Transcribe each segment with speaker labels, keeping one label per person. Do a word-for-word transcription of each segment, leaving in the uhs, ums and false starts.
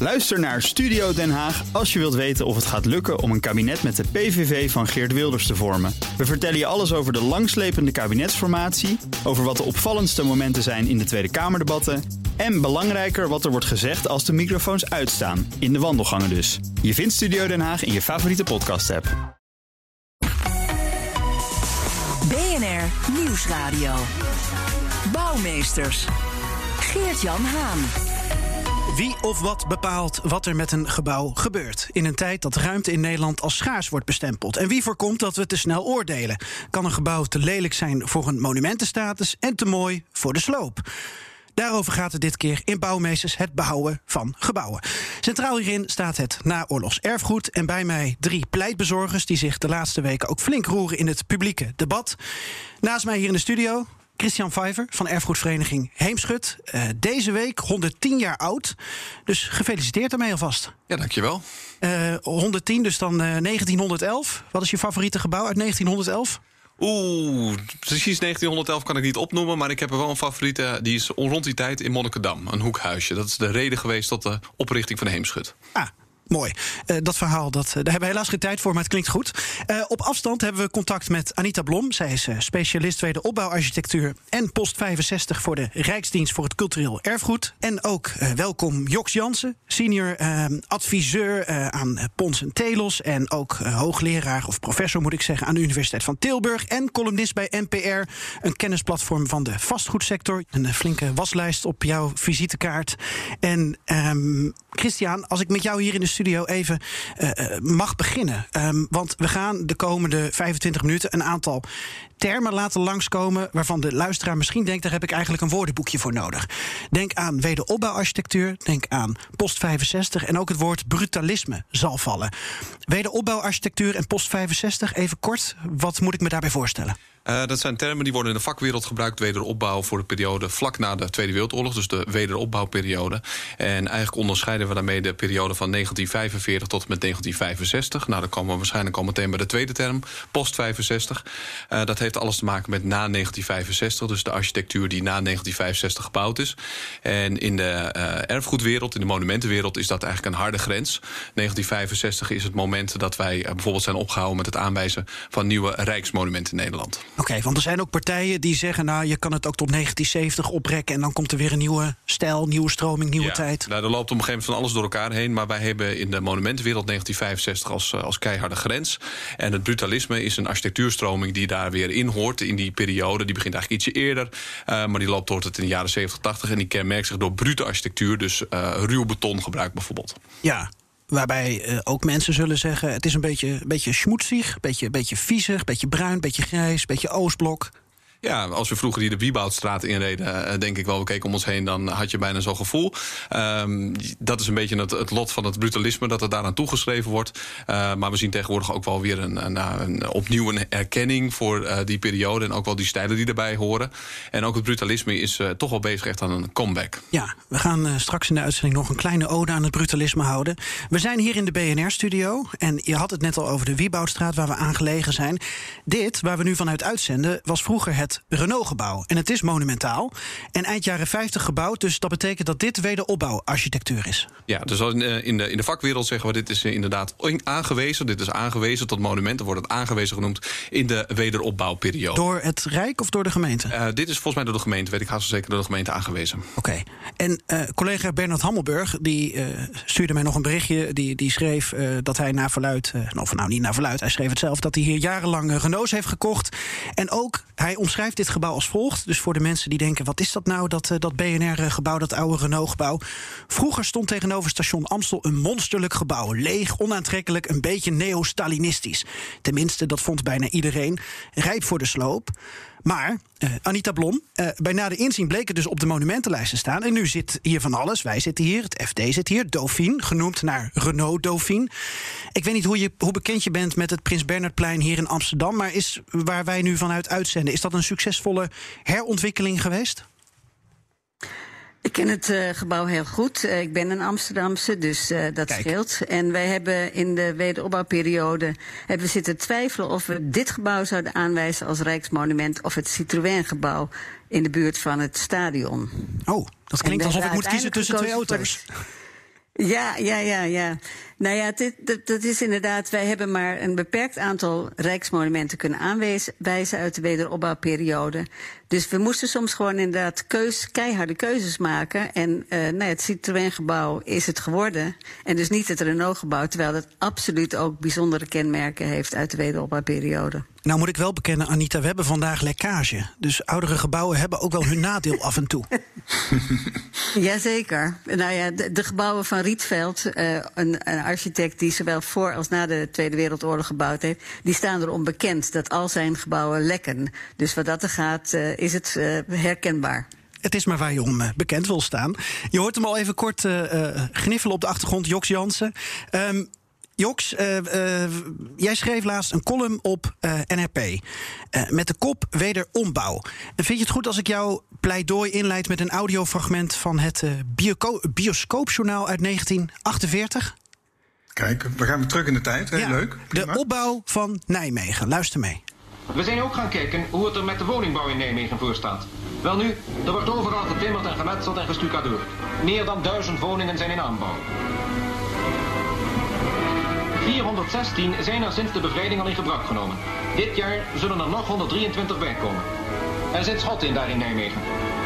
Speaker 1: Luister naar Studio Den Haag als je wilt weten of het gaat lukken om een kabinet met de P V V van Geert Wilders te vormen. We vertellen je alles over de langslepende kabinetsformatie, over wat de opvallendste momenten zijn in de Tweede Kamerdebatten en belangrijker wat er wordt gezegd als de microfoons uitstaan, in de wandelgangen dus. Je vindt Studio Den Haag in je favoriete podcast-app.
Speaker 2: B N R Nieuwsradio. Bouwmeesters. Geert-Jan Haan.
Speaker 3: Wie of wat bepaalt wat er met een gebouw gebeurt in een tijd dat ruimte in Nederland als schaars wordt bestempeld? En wie voorkomt dat we te snel oordelen? Kan een gebouw te lelijk zijn voor een monumentenstatus en te mooi voor de sloop? Daarover gaat het dit keer in Bouwmeesters, het behouden van gebouwen. Centraal hierin staat het naoorlogs erfgoed. En bij mij drie pleitbezorgers die zich de laatste weken ook flink roeren in het publieke debat. Naast mij hier in de studio Christian Vijver van erfgoedvereniging Heemschut. Uh, deze week honderdtien jaar oud. Dus gefeliciteerd daarmee alvast.
Speaker 4: Ja, dankjewel.
Speaker 3: Uh, honderdtien, dus dan uh, negentienhonderdelf. Wat is je favoriete gebouw uit negentienhonderdelf?
Speaker 4: Oeh, precies negentienhonderdelf kan ik niet opnoemen, maar ik heb er wel een favoriete. Die is rond die tijd in Monnikendam, een hoekhuisje. Dat is de reden geweest tot de oprichting van de Heemschut.
Speaker 3: Ah. Mooi. Uh, dat verhaal, dat, uh, daar hebben we helaas geen tijd voor, maar het klinkt goed. Uh, op afstand hebben we contact met Anita Blom. Zij is uh, specialist wederopbouwarchitectuur en post vijfenzestig voor de Rijksdienst voor het Cultureel Erfgoed. En ook uh, welkom Joks Jansen, senior uh, adviseur uh, aan uh, Pons en Telos en ook uh, hoogleraar of professor moet ik zeggen aan de Universiteit van Tilburg en columnist bij N P R, een kennisplatform van de vastgoedsector. Een uh, flinke waslijst op jouw visitekaart. En um, Christian, als ik met jou hier in de studio even uh, mag beginnen. Um, want we gaan de komende vijfentwintig minuten een aantal termen laten langskomen waarvan de luisteraar misschien denkt, daar heb ik eigenlijk een woordenboekje voor nodig. Denk aan wederopbouwarchitectuur, denk aan post vijfenzestig en ook het woord brutalisme zal vallen. Wederopbouwarchitectuur en post vijfenzestig, even kort, wat moet ik me daarbij voorstellen?
Speaker 4: Uh, dat zijn termen die worden in de vakwereld gebruikt, wederopbouw voor de periode vlak na de Tweede Wereldoorlog, dus de wederopbouwperiode. En eigenlijk onderscheiden we daarmee de periode van negentien vijfenveertig tot en met negentien vijfenzestig. Nou, dan komen we waarschijnlijk al meteen bij de tweede term, post vijfenzestig. Uh, dat heeft alles te maken met na negentien vijfenzestig, dus de architectuur die na negentien vijfenzestig gebouwd is. En in de uh, erfgoedwereld, in de monumentenwereld, is dat eigenlijk een harde grens. negentien vijfenzestig is het moment dat wij uh, bijvoorbeeld zijn opgehouden met het aanwijzen van nieuwe rijksmonumenten in Nederland.
Speaker 3: Oké, okay, want er zijn ook partijen die zeggen, nou, je kan het ook tot negentien zeventig oprekken en dan komt er weer een nieuwe stijl, nieuwe stroming, nieuwe
Speaker 4: ja,
Speaker 3: tijd.
Speaker 4: Nou, er loopt op een gegeven moment van alles door elkaar heen, maar wij hebben in de monumentenwereld negentien vijfenzestig als, als keiharde grens. En het brutalisme is een architectuurstroming die daar weer in hoort in die periode. Die begint eigenlijk ietsje eerder, uh, maar die loopt door tot in de jaren zeventig, tachtig en die kenmerkt zich door brute architectuur, dus uh, ruw betongebruik bijvoorbeeld.
Speaker 3: Ja. Waarbij uh, ook mensen zullen zeggen, het is een beetje, een beetje schmoetsig, een beetje, beetje viezig, een beetje bruin, een beetje grijs, een beetje Oostblok.
Speaker 4: Ja, als we vroeger hier de Wieboudstraat inreden, denk ik wel, we keken om ons heen, dan had je bijna zo'n gevoel. Um, dat is een beetje het, het lot van het brutalisme, dat er daaraan toegeschreven wordt. Uh, maar we zien tegenwoordig ook wel weer een, een, een, opnieuw een erkenning voor uh, die periode en ook wel die stijlen die erbij horen. En ook het brutalisme is uh, toch wel bezig echt aan een comeback.
Speaker 3: Ja, we gaan uh, straks in de uitzending nog een kleine ode aan het brutalisme houden. We zijn hier in de B N R-studio en je had het net al over de Wieboudstraat waar we aangelegen zijn. Dit, waar we nu vanuit uitzenden, was vroeger het Renault-gebouw. En het is monumentaal. En eind jaren vijftig gebouwd, dus dat betekent dat dit wederopbouwarchitectuur is.
Speaker 4: Ja, dus in de, in de vakwereld zeggen we, dit is inderdaad aangewezen. Dit is aangewezen tot monumenten, wordt het aangewezen genoemd in de wederopbouwperiode.
Speaker 3: Door het Rijk of door de gemeente?
Speaker 4: Uh, dit is volgens mij door de gemeente, weet ik haast zeker door de gemeente aangewezen.
Speaker 3: Oké. Okay. En uh, collega Bernard Hammelburg, die uh, stuurde mij nog een berichtje. Die, die schreef uh, dat hij naar verluid, uh, of nou niet naar verluid, hij schreef het zelf, dat hij hier jarenlang uh, Renaults heeft gekocht. En ook, hij omschrijft dit gebouw als volgt. Dus voor de mensen die denken, wat is dat nou, dat, uh, dat B N R-gebouw, dat oude Renault-gebouw. Vroeger stond tegenover station Amstel een monsterlijk gebouw. Leeg, onaantrekkelijk, een beetje neo-Stalinistisch. Tenminste, dat vond bijna iedereen. Rijp voor de sloop. Maar, uh, Anita Blom, uh, bij nader inzien bleek het dus op de monumentenlijst te staan. En nu zit hier van alles. Wij zitten hier, het F D zit hier, Dauphine, genoemd naar Renault Dauphine. Ik weet niet hoe, je, hoe bekend je bent met het Prins Bernhardplein hier in Amsterdam, maar is waar wij nu vanuit uitzenden, is dat een succesvolle herontwikkeling geweest?
Speaker 5: Ik ken het uh, gebouw heel goed. Uh, ik ben een Amsterdamse, dus uh, dat Kijk. scheelt. En wij hebben in de wederopbouwperiode hebben we zitten twijfelen of we dit gebouw zouden aanwijzen als Rijksmonument of het Citroën-gebouw in de buurt van het stadion.
Speaker 3: Oh, dat klinkt alsof ik moet kiezen tussen twee auto's.
Speaker 5: Ja, ja, ja, ja. Nou ja, dit, dat, dat is inderdaad, wij hebben maar een beperkt aantal rijksmonumenten kunnen aanwijzen uit de wederopbouwperiode. Dus we moesten soms gewoon inderdaad keus, keiharde keuzes maken. En uh, nou ja, het Citroën-gebouw is het geworden. En dus niet het Renault-gebouw, terwijl het absoluut ook bijzondere kenmerken heeft uit de wederopbouwperiode.
Speaker 3: Nou moet ik wel bekennen, Anita, we hebben vandaag lekkage. Dus oudere gebouwen hebben ook wel hun nadeel af en toe.
Speaker 5: Jazeker. Nou ja, de, de gebouwen van Rietveld, uh, een, een architect die zowel voor als na de Tweede Wereldoorlog gebouwd heeft, die staan erom bekend dat al zijn gebouwen lekken. Dus wat dat er gaat, uh, is het uh, herkenbaar.
Speaker 3: Het is maar waar je om uh, bekend wil staan. Je hoort hem al even kort uh, uh, gniffelen op de achtergrond, Joks Jansen. Um, Joks, uh, uh, jij schreef laatst een column op uh, N R P. Uh, met de kop Wederombouw. En vind je het goed als ik jouw pleidooi inleid met een audiofragment van het uh, bioco- bioscoopjournaal uit negentien achtenveertig?
Speaker 6: Kijk, we gaan weer terug in de tijd. Heel
Speaker 3: ja,
Speaker 6: leuk. Prima.
Speaker 3: De opbouw van Nijmegen. Luister mee.
Speaker 7: We zijn ook gaan kijken hoe het er met de woningbouw in Nijmegen voor staat. Welnu, er wordt overal getimmerd en gemetseld en gestucadoord. Meer dan duizend woningen zijn in aanbouw. vierhonderdzestien zijn er sinds de bevrijding al in gebruik genomen. Dit jaar zullen er nog honderddrieëntwintig bij komen. Er zit schot in daar in Nijmegen.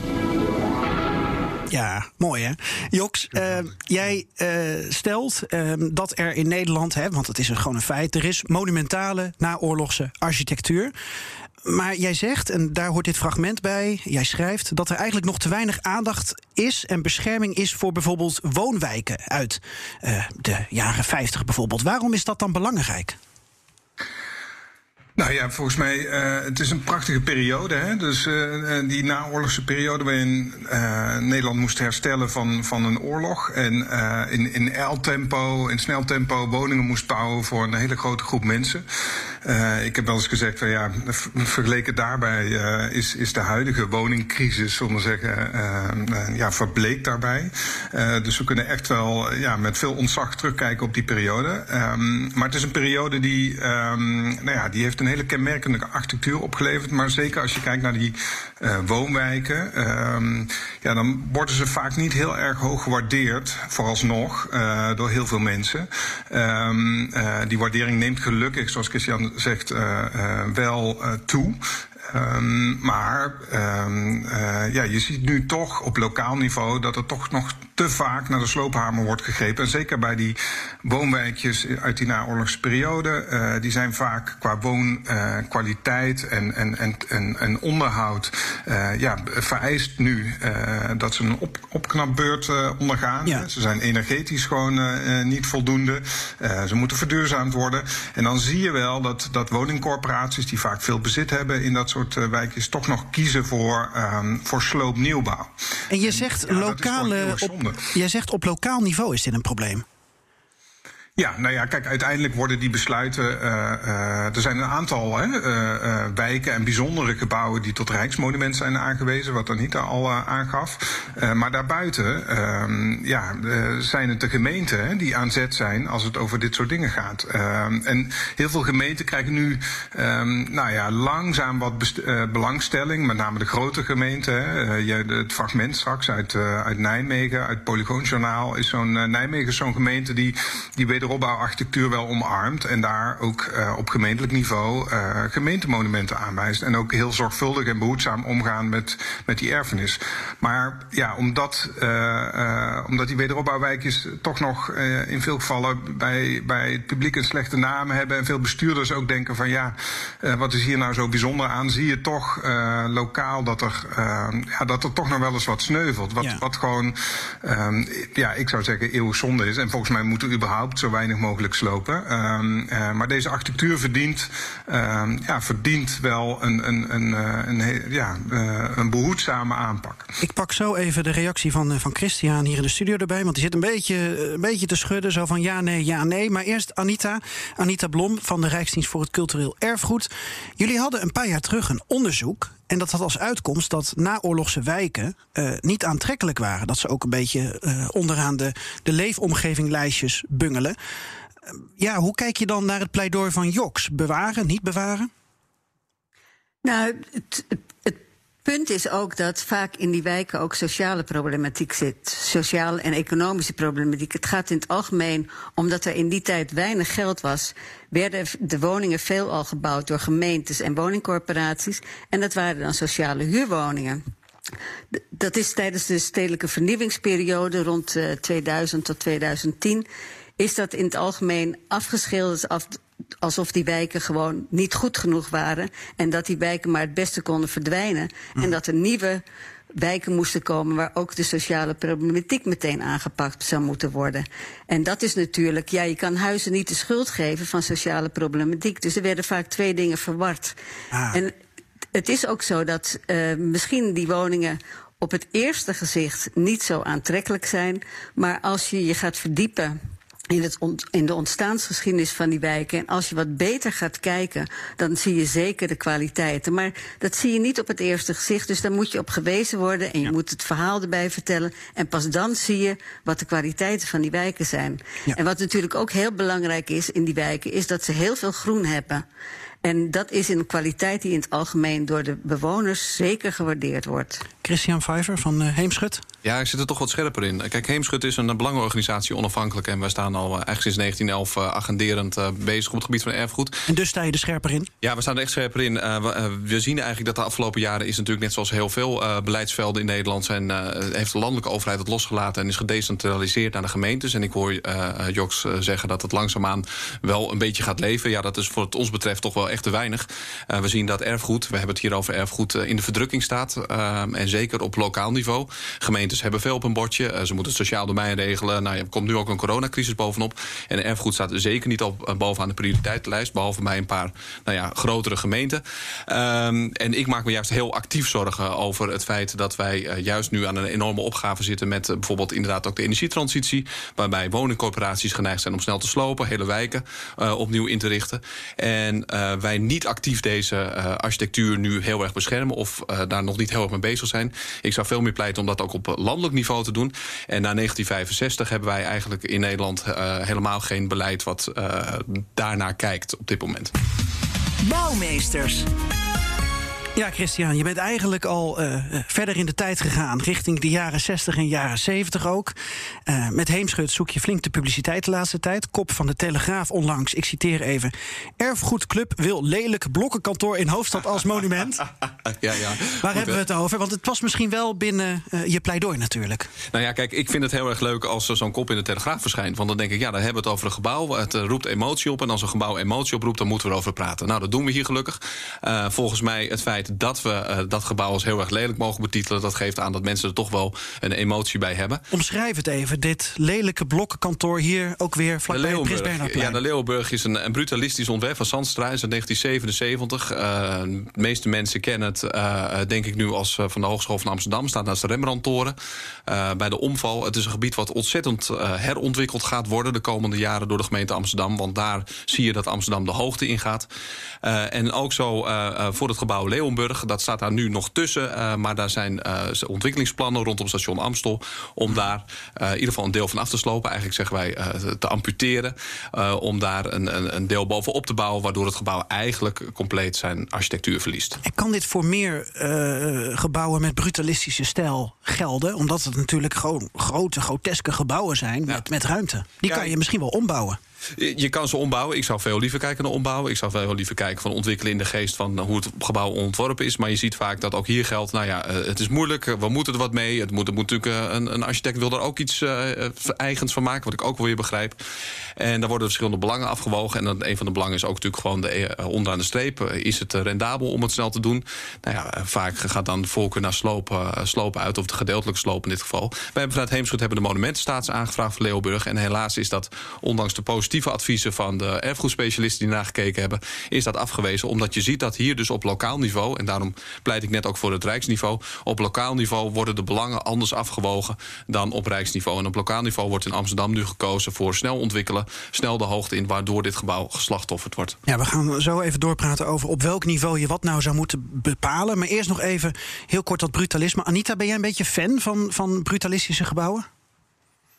Speaker 3: Ja, mooi hè. Joks, uh, jij uh, stelt uh, dat er in Nederland, hè, want het is gewoon een feit, er is monumentale naoorlogse architectuur. Maar jij zegt, en daar hoort dit fragment bij, jij schrijft dat er eigenlijk nog te weinig aandacht is en bescherming is voor bijvoorbeeld woonwijken uit uh, de jaren vijftig bijvoorbeeld. Waarom is dat dan belangrijk?
Speaker 6: Nou ja, volgens mij, uh, het is een prachtige periode. Hè? Dus uh, die naoorlogse periode waarin uh, Nederland moest herstellen van, van een oorlog. En uh, in, in ijltempo, in snel tempo woningen moest bouwen voor een hele grote groep mensen. Uh, ik heb wel eens gezegd van ja, vergeleken daarbij uh, is, is de huidige woningcrisis, zullen we zeggen, uh, uh, ja, verbleekt daarbij. Uh, dus we kunnen echt wel uh, ja, met veel ontzag terugkijken op die periode. Um, maar het is een periode die, um, nou ja, die heeft een hele kenmerkende architectuur opgeleverd. Maar zeker als je kijkt naar die uh, woonwijken, um, ja, dan worden ze vaak niet heel erg hoog gewaardeerd, vooralsnog, uh, door heel veel mensen. Um, uh, die waardering neemt gelukkig, zoals Christian zegt, uh, uh, wel uh, toe. Um, maar um, uh, ja, je ziet nu toch op lokaal niveau dat er toch nog te vaak naar de sloophamer wordt gegrepen. En zeker bij die woonwijkjes uit die naoorlogse periode. Uh, die zijn vaak qua woonkwaliteit uh, en, en, en, en, en onderhoud uh, ja, vereist nu uh, dat ze een op, opknapbeurt uh, ondergaan. Ja. Ze zijn energetisch gewoon uh, niet voldoende. Uh, ze moeten verduurzaamd worden. En dan zie je wel dat, dat woningcorporaties die vaak veel bezit hebben in dat soort uh, wijkjes toch nog kiezen voor, um, voor sloopnieuwbouw.
Speaker 3: En je zegt ja, lokale op, jij zegt op lokaal niveau is dit een probleem.
Speaker 6: Ja, nou ja, kijk, uiteindelijk worden die besluiten. Uh, uh, er zijn een aantal hè, uh, uh, wijken en bijzondere gebouwen die tot Rijksmonument zijn aangewezen, wat Anita al uh, aangaf. Uh, maar daarbuiten uh, ja, uh, zijn het de gemeenten hè, die aan zet zijn als het over dit soort dingen gaat. Uh, en heel veel gemeenten krijgen nu um, nou ja, langzaam wat best- uh, belangstelling, met name de grote gemeenten. Hè. Uh, je, het fragment straks uit, uh, uit Nijmegen, uit het Polygoonjournaal, is zo'n uh, Nijmegen is zo'n gemeente die, die wederom opbouwarchitectuur wel omarmt en daar ook uh, op gemeentelijk niveau uh, gemeentemonumenten aanwijst. En ook heel zorgvuldig en behoedzaam omgaan met, met die erfenis. Maar ja, omdat, uh, uh, omdat die wederopbouwwijkjes toch nog uh, in veel gevallen bij, bij het publiek een slechte naam hebben en veel bestuurders ook denken van ja, uh, wat is hier nou zo bijzonder aan, zie je toch uh, lokaal dat er, uh, ja, dat er toch nog wel eens wat sneuvelt. Wat, ja. wat gewoon, um, ja, ik zou zeggen eeuwig zonde is. En volgens mij moeten we überhaupt zo weinig mogelijk slopen. Um, uh, maar deze architectuur verdient, um, ja, verdient wel een, een, een, een, een, ja, uh, een behoedzame aanpak.
Speaker 3: Ik pak zo even de reactie van, van Christian hier in de studio erbij, want die zit een beetje, een beetje te schudden, zo van ja, nee, ja, nee. Maar eerst Anita, Anita Blom van de Rijksdienst voor het Cultureel Erfgoed. Jullie hadden een paar jaar terug een onderzoek. En dat had als uitkomst dat naoorlogse wijken uh, niet aantrekkelijk waren. Dat ze ook een beetje uh, onderaan de, de leefomgevinglijstjes bungelen. Uh, ja, hoe kijk je dan naar het pleidooi van Joks? Bewaren, niet bewaren?
Speaker 5: Nou, het, het punt is ook dat vaak in die wijken ook sociale problematiek zit. Sociale en economische problematiek. Het gaat in het algemeen, omdat er in die tijd weinig geld was, werden de woningen veelal gebouwd door gemeentes en woningcorporaties. En dat waren dan sociale huurwoningen. Dat is tijdens de stedelijke vernieuwingsperiode rond uh, tweeduizend tot tweeduizend tien... is dat in het algemeen afgeschilderd af, alsof die wijken gewoon niet goed genoeg waren. En dat die wijken maar het beste konden verdwijnen. Mm. En dat er nieuwe wijken moesten komen waar ook de sociale problematiek meteen aangepakt zou moeten worden. En dat is natuurlijk, ja, je kan huizen niet de schuld geven van sociale problematiek. Dus er werden vaak twee dingen verward. Ah. En het is ook zo dat uh, misschien die woningen op het eerste gezicht niet zo aantrekkelijk zijn, maar als je je gaat verdiepen in, het ont, in de ontstaansgeschiedenis van die wijken, en als je wat beter gaat kijken, dan zie je zeker de kwaliteiten. Maar dat zie je niet op het eerste gezicht, dus daar moet je op gewezen worden en je ja. moet het verhaal erbij vertellen. En pas dan zie je wat de kwaliteiten van die wijken zijn. Ja. En wat natuurlijk ook heel belangrijk is in die wijken, is dat ze heel veel groen hebben. En dat is een kwaliteit die in het algemeen door de bewoners zeker gewaardeerd wordt.
Speaker 3: Christian Vijver van uh, Heemschut.
Speaker 4: Ja, ik zit er toch wat scherper in. Kijk, Heemschut is een belangenorganisatie, onafhankelijk. En wij staan al uh, eigenlijk sinds negentien elf uh, agenderend uh, bezig op het gebied van erfgoed.
Speaker 3: En dus sta je er scherper in?
Speaker 4: Ja, we staan er echt scherper in. Uh, we, uh, we zien eigenlijk dat de afgelopen jaren is natuurlijk net zoals heel veel uh, beleidsvelden in Nederland zijn, uh, heeft de landelijke overheid het losgelaten en is gedecentraliseerd naar de gemeentes. En ik hoor uh, Joks uh, zeggen dat het langzaamaan wel een beetje gaat leven. Ja, dat is voor het ons betreft toch wel echt te weinig. Uh, we zien dat erfgoed, we hebben het hier over erfgoed, uh, in de verdrukking staat. Uh, en zeker op lokaal niveau. Gemeentes hebben veel op een bordje. Uh, ze moeten het sociaal domein regelen. Nou, er komt nu ook een coronacrisis bovenop. En erfgoed staat zeker niet op, uh, bovenaan de prioriteitenlijst. Behalve bij een paar nou ja, grotere gemeenten. Um, en ik maak me juist heel actief zorgen over het feit dat wij uh, juist nu aan een enorme opgave zitten met uh, bijvoorbeeld inderdaad ook de energietransitie. Waarbij woningcorporaties geneigd zijn om snel te slopen. Hele wijken uh, opnieuw in te richten. En uh, wij niet actief deze uh, architectuur nu heel erg beschermen of uh, daar nog niet heel erg mee bezig zijn. Ik zou veel meer pleiten om dat ook op landelijk niveau te doen. En na negentien vijfenzestig hebben wij eigenlijk in Nederland uh, helemaal geen beleid wat uh, daarnaar kijkt op dit moment.
Speaker 2: Bouwmeesters.
Speaker 3: Ja, Christian, je bent eigenlijk al uh, verder in de tijd gegaan, richting de jaren zestig en jaren zeventig ook. Uh, met Heemschut zoek je flink de publiciteit de laatste tijd. Kop van de Telegraaf onlangs, ik citeer even: Erfgoedclub wil lelijk blokkenkantoor in Hoofdstad als monument.
Speaker 4: ja, ja.
Speaker 3: Waar hebben we het over? Want het was misschien wel binnen uh, je pleidooi natuurlijk.
Speaker 4: Nou ja, kijk, ik vind het heel erg leuk als er zo'n kop in de Telegraaf verschijnt. Want dan denk ik, ja, dan hebben we het over een gebouw. Het uh, roept emotie op. En als een gebouw emotie oproept, dan moeten we erover praten. Nou, dat doen we hier gelukkig. Uh, volgens mij het feit dat we uh, dat gebouw als heel erg lelijk mogen betitelen, dat geeft aan dat mensen er toch wel een emotie bij hebben.
Speaker 3: Omschrijf het even, dit lelijke blokkenkantoor hier ook weer vlakbij het Prins Bernhardplein.
Speaker 4: Ja, de Leeuwenburg is een, een brutalistisch ontwerp van Zandstra uit negentien zevenenzeventig. Uh, de meeste mensen kennen het, uh, denk ik nu, als uh, van de Hogeschool van Amsterdam. Staat naast de Rembrandttoren. Uh, bij de omval. Het is een gebied wat ontzettend uh, herontwikkeld gaat worden de komende jaren door de gemeente Amsterdam. Want daar zie je dat Amsterdam de hoogte ingaat. Uh, en ook zo uh, voor het gebouw Leeuwenburg. Dat staat daar nu nog tussen. Uh, maar daar zijn uh, ontwikkelingsplannen rondom station Amstel om daar uh, in ieder geval een deel van af te slopen. Eigenlijk zeggen wij uh, te amputeren. Uh, om daar een, een, een deel bovenop te bouwen, waardoor het gebouw eigenlijk compleet zijn architectuur verliest.
Speaker 3: En kan dit voor meer uh, gebouwen met brutalistische stijl gelden? Omdat het natuurlijk gewoon grote, groteske gebouwen zijn ja. met, met ruimte. Die ja, kan je misschien wel ombouwen.
Speaker 4: Je kan ze ombouwen. Ik zou veel liever kijken naar ombouwen. Ik zou veel liever kijken van ontwikkelen in de geest van hoe het gebouw ontworpen is. Maar je ziet vaak dat ook hier geldt, nou ja, het is moeilijk. We moeten er wat mee. Het moet, het moet natuurlijk, een, een architect wil er ook iets uh, eigens van maken, wat ik ook wel weer begrijp. En daar worden verschillende belangen afgewogen. En dan, een van de belangen is ook natuurlijk gewoon de, uh, onderaan de streep. Uh, is het rendabel om het snel te doen? Nou ja, vaak gaat dan de voorkeur naar slopen, uh, slopen uit, of de gedeeltelijk slopen in dit geval. Wij hebben vanuit Heemschut hebben de monumentenstatus aangevraagd voor Leeuwenburg. En helaas is dat, ondanks de positieve adviezen van de erfgoedspecialisten die nagekeken hebben, is dat afgewezen. Omdat je ziet dat hier dus op lokaal niveau, en daarom pleit ik net ook voor het rijksniveau, op lokaal niveau worden de belangen anders afgewogen dan op rijksniveau. En op lokaal niveau wordt in Amsterdam nu gekozen voor snel ontwikkelen, snel de hoogte in, waardoor dit gebouw geslachtofferd wordt.
Speaker 3: Ja, we gaan zo even doorpraten over op welk niveau je wat nou zou moeten bepalen. Maar eerst nog even heel kort dat brutalisme. Anita, ben jij een beetje fan van, van brutalistische gebouwen?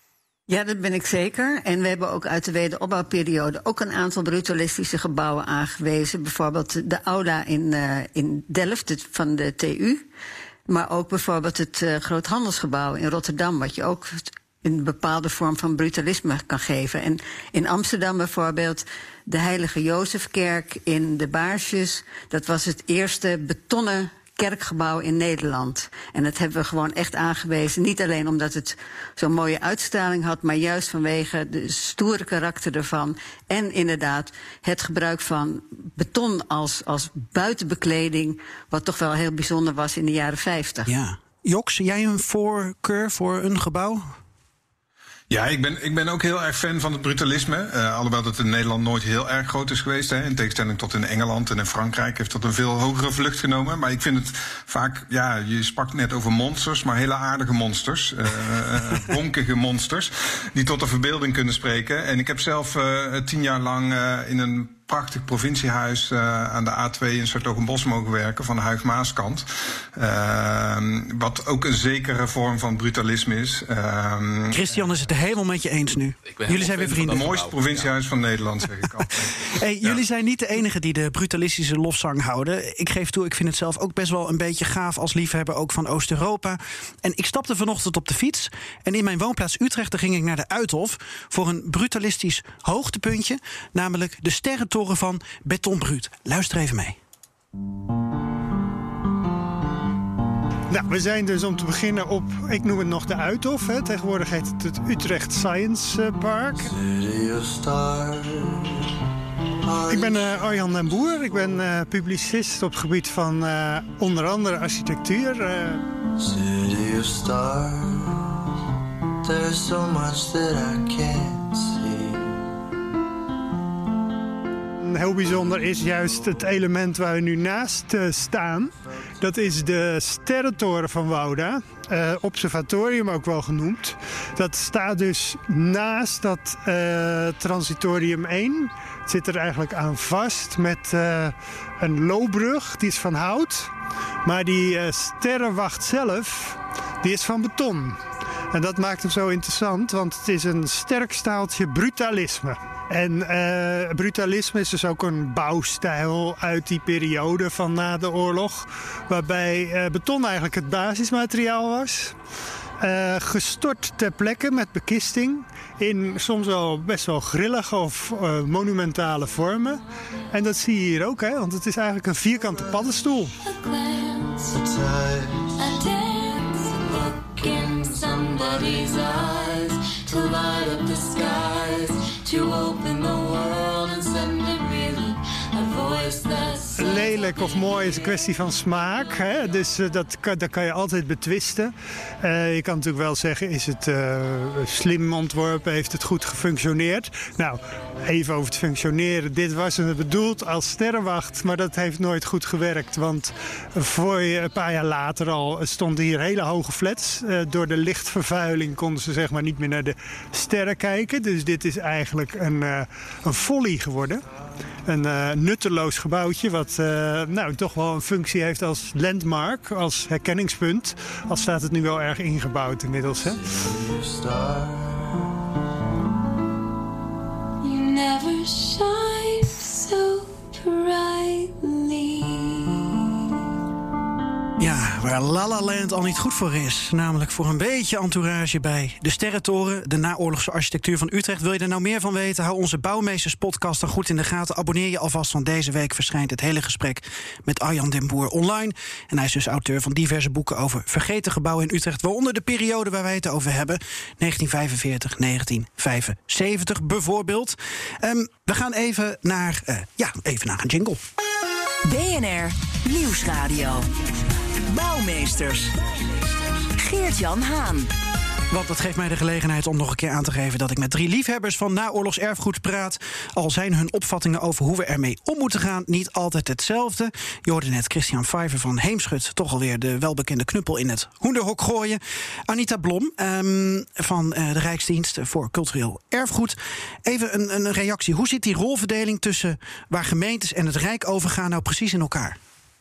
Speaker 5: Ja, dat ben ik zeker. En we hebben ook uit de wederopbouwperiode ook een aantal brutalistische gebouwen aangewezen. Bijvoorbeeld de aula in, uh, in Delft het, van de T U. Maar ook bijvoorbeeld het uh, Groothandelsgebouw in Rotterdam, wat je ook een bepaalde vorm van brutalisme kan geven. En in Amsterdam bijvoorbeeld de Heilige Jozefkerk in de Baarsjes. Dat was het eerste betonnen kerkgebouw in Nederland. En dat hebben we gewoon echt aangewezen. Niet alleen omdat het zo'n mooie uitstraling had, maar juist vanwege de stoere karakter ervan. En inderdaad het gebruik van beton als, als buitenbekleding, wat toch wel heel bijzonder was in de jaren vijftig.
Speaker 3: Ja. Joks, jij een voorkeur voor een gebouw?
Speaker 6: Ja, ik ben, ik ben ook heel erg fan van het brutalisme. Uh, alhoewel dat in Nederland nooit heel erg groot is geweest. Hè. In tegenstelling tot in Engeland en in Frankrijk heeft dat een veel hogere vlucht genomen. Maar ik vind het vaak, ja, je sprak net over monsters, maar hele aardige monsters. Uh, uh, bonkige monsters, die tot de verbeelding kunnen spreken. En ik heb zelf uh, tien jaar lang uh, in een prachtig provinciehuis uh, aan de A twee in 's-Hertogenbosch mogen werken, van de Huig-Maaskant. Uh, wat ook een zekere vorm van brutalisme is. Uh,
Speaker 3: Christian is het helemaal met je eens nu. Jullie zijn weer vrienden.
Speaker 6: Het mooiste provinciehuis ja. van Nederland, zeg ik altijd.
Speaker 3: Hey, ja. Jullie zijn niet de enigen die de brutalistische lofzang houden. Ik geef toe, ik vind het zelf ook best wel een beetje gaaf als liefhebber ook van Oost-Europa. En ik stapte vanochtend op de fiets en in mijn woonplaats Utrecht ging ik naar de Uithof voor een brutalistisch hoogtepuntje, namelijk de Sterrentoren van Beton Brut. Luister even mee.
Speaker 8: Nou, we zijn dus om te beginnen op, ik noem het nog de Uithof. Hè. Tegenwoordig heet het het Utrecht Science Park. Ik ben uh, Arjan den Boer. Ik ben uh, publicist op het gebied van uh, onder andere architectuur. Uh. City of stars, there's so much that I can't see. Heel bijzonder is juist het element waar we nu naast uh, staan. Dat is de Sterrentoren van Wouda. Uh, observatorium ook wel genoemd. Dat staat dus naast dat uh, transitorium één. Het zit er eigenlijk aan vast met uh, een loopbrug. Die is van hout. Maar die uh, sterrenwacht zelf, die is van beton. En dat maakt hem zo interessant, want het is een sterk staaltje brutalisme. En uh, brutalisme is dus ook een bouwstijl uit die periode van na de oorlog, waarbij uh, beton eigenlijk het basismateriaal was. Uh, gestort ter plekke met bekisting in soms wel best wel grillige of uh, monumentale vormen. En dat zie je hier ook, hè, want het is eigenlijk een vierkante paddenstoel. Somebody's eyes to light up the skies, to open the world and send it really a voice that's lelijk of mooi is een kwestie van smaak, hè? Dus uh, dat, kan, dat kan je altijd betwisten. Uh, je kan natuurlijk wel zeggen, is het uh, slim ontworpen, heeft het goed gefunctioneerd? Nou, even over het functioneren. Dit was het bedoeld als sterrenwacht, maar dat heeft nooit goed gewerkt. Want voor een paar jaar later al stonden hier hele hoge flats. Uh, door de lichtvervuiling konden ze zeg maar niet meer naar de sterren kijken. Dus dit is eigenlijk een, uh, een folly geworden. Een uh, nutteloos gebouwtje wat uh, nou, toch wel een functie heeft als landmark, als herkenningspunt. Al staat het nu wel erg ingebouwd inmiddels. Hè? You never shine so brightly.
Speaker 3: Ja, waar La La Land al niet goed voor is. Namelijk voor een beetje entourage bij de Sterrentoren, de naoorlogse architectuur van Utrecht. Wil je er nou meer van weten? Hou onze Bouwmeesters podcast dan goed in de gaten. Abonneer je alvast, want deze week verschijnt het hele gesprek met Arjan den Boer online. En hij is dus auteur van diverse boeken over vergeten gebouwen in Utrecht. Waaronder de periode waar wij het over hebben. negentien vijfenveertig, negentien vijfenzeventig bijvoorbeeld. Um, we gaan even naar, uh, ja, even naar een jingle.
Speaker 2: B N R Nieuwsradio. Bouwmeesters. Geert-Jan Haan.
Speaker 3: Want dat geeft mij de gelegenheid om nog een keer aan te geven dat ik met drie liefhebbers van naoorlogs erfgoed praat. Al zijn hun opvattingen over hoe we ermee om moeten gaan niet altijd hetzelfde. Je hoorde net Christian Vijver van Heemschut, toch alweer de welbekende knuppel in het hoenderhok gooien. Anita Blom um, van uh, de Rijksdienst voor Cultureel Erfgoed. Even een, een reactie. Hoe zit die rolverdeling tussen waar gemeentes en het Rijk overgaan nou precies in elkaar?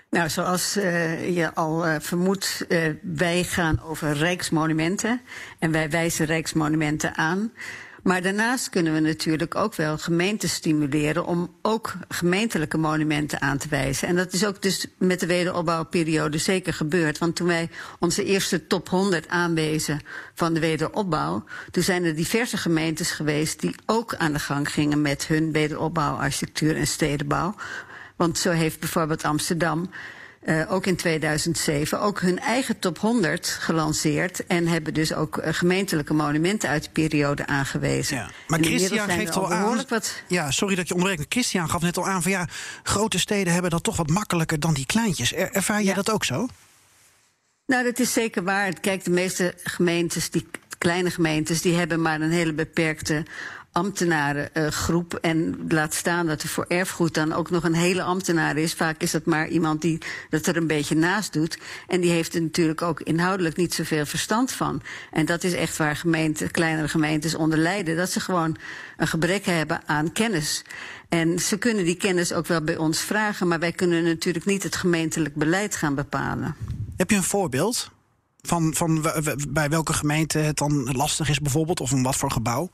Speaker 5: Nou, zoals uh, je al uh, vermoedt, uh, wij gaan over rijksmonumenten. En wij wijzen rijksmonumenten aan. Maar daarnaast kunnen we natuurlijk ook wel gemeenten stimuleren om ook gemeentelijke monumenten aan te wijzen. En dat is ook dus met de wederopbouwperiode zeker gebeurd. Want toen wij onze eerste top honderd aanwezen van de wederopbouw, toen zijn er diverse gemeentes geweest die ook aan de gang gingen met hun wederopbouwarchitectuur en stedenbouw. Want zo heeft bijvoorbeeld Amsterdam Uh, ook in tweeduizend zeven ook hun eigen top honderd gelanceerd en hebben dus ook uh, gemeentelijke monumenten uit die periode aangewezen.
Speaker 3: Ja, maar Christian geeft al aan. Wat... Ja, sorry dat je onderbreekt. Christian gaf net al aan van ja, grote steden hebben dat toch wat makkelijker dan die kleintjes. Er, ervaar jij ja. dat ook zo?
Speaker 5: Nou, dat is zeker waar. Kijk, de meeste gemeentes, die kleine gemeentes, die hebben maar een hele beperkte ambtenarengroep. Uh, en laat staan dat er voor erfgoed dan ook nog een hele ambtenaar is. Vaak is dat maar iemand die dat er een beetje naast doet. En die heeft er natuurlijk ook inhoudelijk niet zoveel verstand van. En dat is echt waar gemeenten, kleinere gemeentes onder lijden. Dat ze gewoon een gebrek hebben aan kennis. En ze kunnen die kennis ook wel bij ons vragen. Maar wij kunnen natuurlijk niet het gemeentelijk beleid gaan bepalen.
Speaker 3: Heb je een voorbeeld van, van w- w- bij welke gemeente het dan lastig is bijvoorbeeld? Of om wat voor gebouw?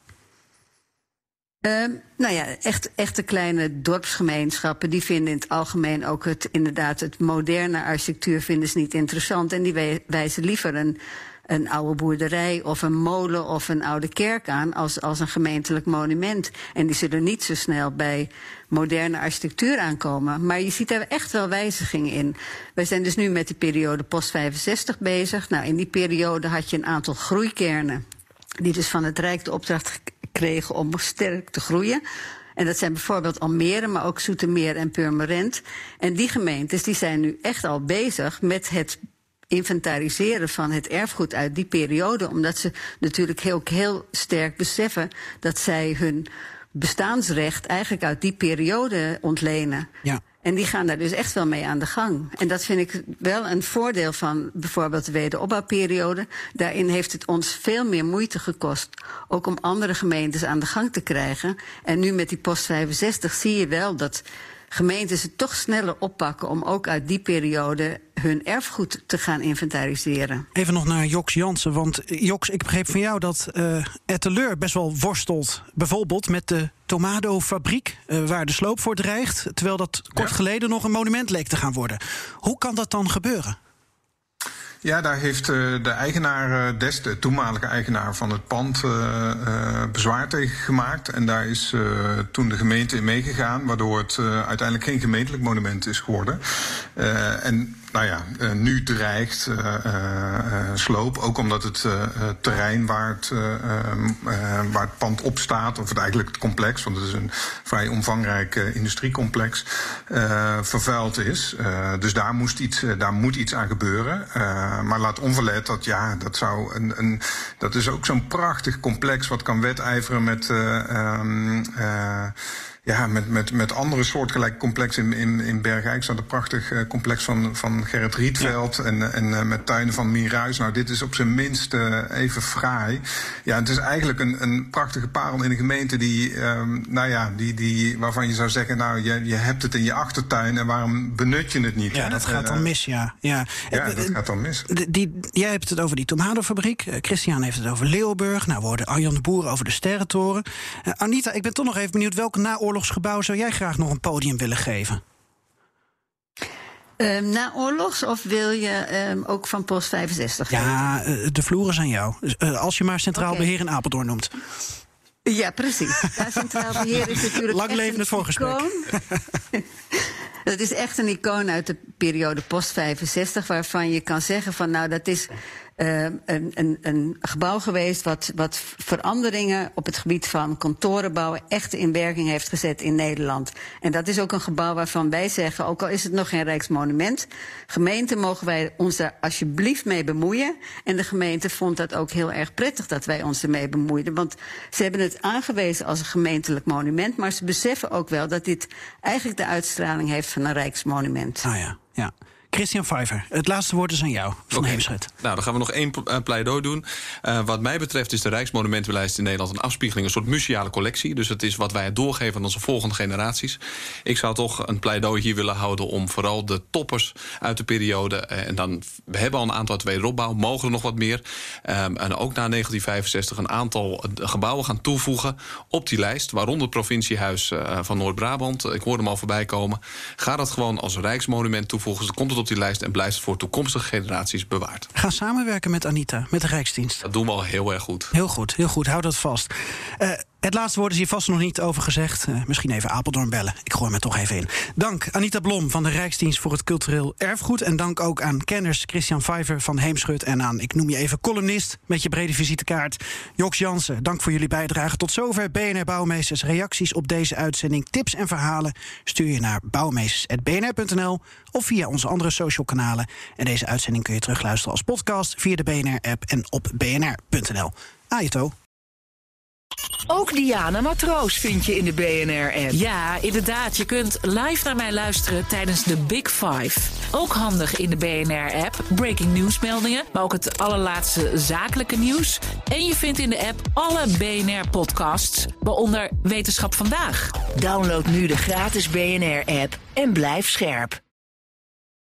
Speaker 5: Uh, nou ja, echt, echte kleine dorpsgemeenschappen, die vinden in het algemeen ook het, inderdaad, het moderne architectuur vinden ze niet interessant. En die wijzen liever een, een oude boerderij of een molen of een oude kerk aan als, als een gemeentelijk monument. En die zullen niet zo snel bij moderne architectuur aankomen. Maar je ziet daar echt wel wijzigingen in. Wij zijn dus nu met die periode post vijfenzestig bezig. Nou, in die periode had je een aantal groeikernen die dus van het Rijk de opdracht kregen om sterk te groeien. En dat zijn bijvoorbeeld Almere, maar ook Zoetermeer en Purmerend. En die gemeentes die zijn nu echt al bezig met het inventariseren van het erfgoed uit die periode. Omdat ze natuurlijk heel, heel sterk beseffen dat zij hun bestaansrecht eigenlijk uit die periode ontlenen. Ja. En die gaan daar dus echt wel mee aan de gang. En dat vind ik wel een voordeel van bijvoorbeeld de wederopbouwperiode. Daarin heeft het ons veel meer moeite gekost, ook om andere gemeentes aan de gang te krijgen. En nu met die post vijfenzestig zie je wel dat gemeentes het toch sneller oppakken om ook uit die periode hun erfgoed te gaan inventariseren.
Speaker 3: Even nog naar Joks Jansen, want Joks, ik begreep van jou dat uh, Etteleur best wel worstelt, bijvoorbeeld met de Tomado-fabriek, uh, waar de sloop voor dreigt, terwijl dat kort ja. geleden nog een monument leek te gaan worden. Hoe kan dat dan gebeuren?
Speaker 6: Ja, daar heeft uh, de eigenaar, uh, des, de toenmalige eigenaar van het pand, uh, uh, bezwaar tegen gemaakt. En daar is uh, toen de gemeente in meegegaan, waardoor het uh, uiteindelijk geen gemeentelijk monument is geworden. Uh, en nou ja, uh, nu dreigt uh, uh, sloop, ook omdat het uh, terrein waar het, uh, uh, waar het pand op staat, of het eigenlijk het complex, want het is een vrij omvangrijk uh, industriecomplex, uh, vervuild is. Uh, dus daar, moest iets, uh, daar moet iets aan gebeuren. Uh, maar laat onverlet dat, ja, dat zou een, een dat is ook zo'n prachtig complex wat kan wedijveren met uh, um, uh, Ja, met, met, met andere soortgelijke complexen in, in, in Bergijk staat een prachtig uh, complex van, van Gerrit Rietveld. Ja. En, en uh, met tuinen van Mieruis. Nou, dit is op zijn minst uh, even fraai. Ja, het is eigenlijk een, een prachtige parel in een gemeente die, um, nou ja, die, die, waarvan je zou zeggen, nou, je, je hebt het in je achtertuin en waarom benut je het niet?
Speaker 3: Ja,
Speaker 6: hè?
Speaker 3: dat gaat dan mis, ja. Ja,
Speaker 6: ja dat gaat dan mis.
Speaker 3: Die, die, jij hebt het over die Tomado-fabriek. Uh, Christian heeft het over Leeuwburg. Nou, we hoorden Arjan de Boer over de Sterrentoren. Uh, Anita, ik ben toch nog even benieuwd, welke naoorlogsgebouw zou jij graag nog een podium willen geven?
Speaker 5: Uh, naoorlogs of wil je uh, ook van post vijfenzestig?
Speaker 3: Ja, uh, de vloeren zijn jou. Uh, als je maar Centraal okay. Beheer in Apeldoorn noemt.
Speaker 5: Ja, precies. Ja, Centraal Beheer is natuurlijk
Speaker 3: lang leven het voorgesprek.
Speaker 5: Dat is echt een icoon uit de periode post vijfenzestig, waarvan je kan zeggen van nou, dat is uh, een, een, een gebouw geweest wat, wat veranderingen op het gebied van kantorenbouw echt in werking heeft gezet in Nederland. En dat is ook een gebouw waarvan wij zeggen, ook al is het nog geen Rijksmonument, gemeente mogen wij ons daar alsjeblieft mee bemoeien. En de gemeente vond dat ook heel erg prettig dat wij ons ermee bemoeiden. Want ze hebben het aangewezen als een gemeentelijk monument, maar ze beseffen ook wel dat dit eigenlijk de uitstraling heeft van een Rijksmonument.
Speaker 3: Ah ja, ja. Christian Vijver, het laatste woord is aan jou, van
Speaker 4: okay.
Speaker 3: Heemschut.
Speaker 4: Nou, dan gaan we nog één pleidooi doen. Uh, wat mij betreft is de Rijksmonumentenlijst in Nederland een afspiegeling, een soort museale collectie. Dus het is wat wij doorgeven aan onze volgende generaties. Ik zou toch een pleidooi hier willen houden om vooral de toppers uit de periode, en dan, we hebben al een aantal uit de wederopbouw, mogen er nog wat meer. Um, en ook na negentien vijfenzestig een aantal gebouwen gaan toevoegen op die lijst, waaronder het provinciehuis uh, van Noord-Brabant. Ik hoorde hem al voorbij komen. Ga dat gewoon als rijksmonument toevoegen. Dan komt het op die lijst en blijft het voor toekomstige generaties bewaard.
Speaker 3: Ga samenwerken met Anita, met de Rijksdienst.
Speaker 4: Dat doen we al heel erg goed.
Speaker 3: Heel goed, heel goed. Hou dat vast. Uh, het laatste woord is hier vast nog niet over gezegd. Uh, misschien even Apeldoorn bellen. Ik gooi me toch even in. Dank Anita Blom van de Rijksdienst voor het Cultureel Erfgoed. En dank ook aan kenners Christian Vijver van Heemschut. En aan, ik noem je even columnist met je brede visitekaart, Joks Jansen. Dank voor jullie bijdrage. Tot zover B N R Bouwmeesters. Reacties op deze uitzending, tips en verhalen stuur je naar bouwmeesters punt b n r punt n l of via onze andere social kanalen. En deze uitzending kun je terugluisteren als podcast via de B N R-app en op b n r punt n l. Ajeto.
Speaker 2: Ook Diana Matroos vind je in de B N R-app.
Speaker 9: Ja, inderdaad. Je kunt live naar mij luisteren tijdens de Big Five. Ook handig in de B N R-app. Breaking nieuwsmeldingen, maar ook het allerlaatste zakelijke nieuws. En je vindt in de app alle B N R-podcasts, waaronder Wetenschap Vandaag.
Speaker 2: Download nu de gratis B N R-app en blijf scherp.